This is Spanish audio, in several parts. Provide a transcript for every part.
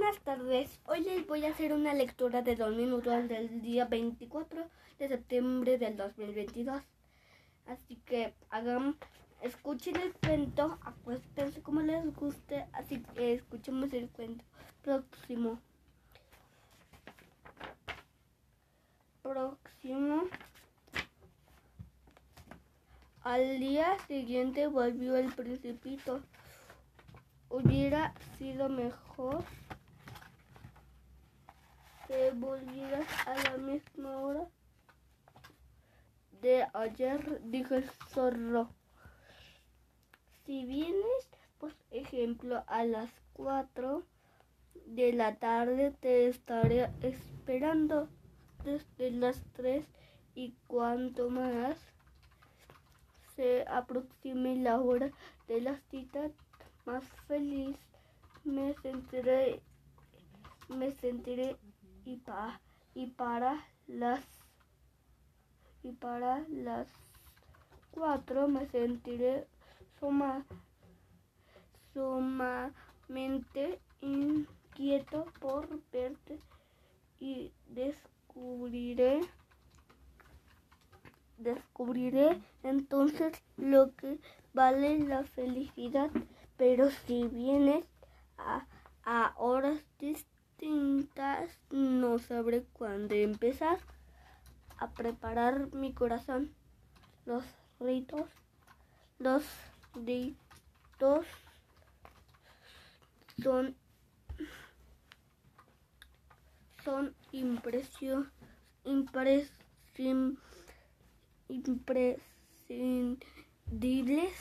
Buenas tardes, hoy les voy a hacer una lectura de 2 minutos del día 24 de septiembre del 2022. Así que escuchen el cuento, acuéstense como les guste, así que escuchemos el cuento próximo. Al día siguiente volvió el Principito. Hubiera sido mejor que volvieras a la misma hora de ayer, dijo el zorro. Si vienes, por ejemplo, a las 4 de la tarde, te estaré esperando desde las 3, y cuanto más se aproxime la hora de la cita, más feliz me sentiré, y para las 4 me sentiré sumamente inquieto por verte, y descubriré entonces lo que vale la felicidad. Pero si vienes a horas distintas, no sabré cuándo empezar a preparar mi corazón. Los ritos son imprescindibles.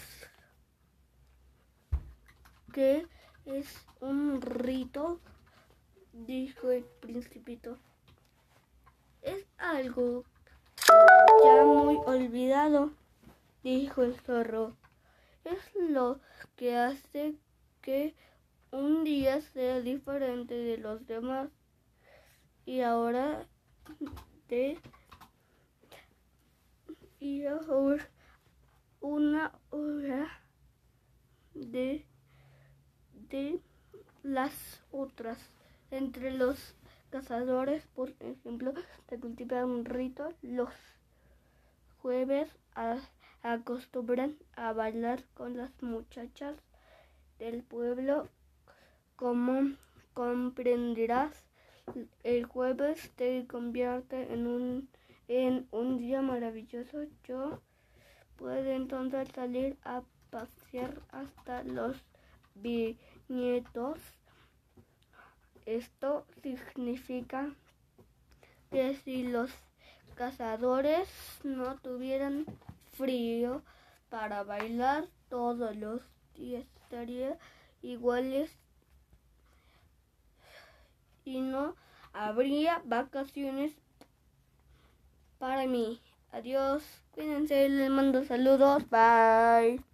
¿Qué es un rito?, dijo el Principito. Es algo ya muy olvidado, dijo el zorro. Es lo que hace que un día sea diferente de los demás. Y ahora una hora de las otras. Entre los cazadores, por ejemplo, se cultiva un rito. Los jueves acostumbran a bailar con las muchachas del pueblo. Como comprenderás, el jueves se convierte en un día maravilloso. Yo puedo entonces salir a pasear hasta los viñedos. Esto significa que si los cazadores no tuvieran frío para bailar todos los días, estarían iguales y no habría vacaciones para mí. Adiós, cuídense, les mando saludos, bye.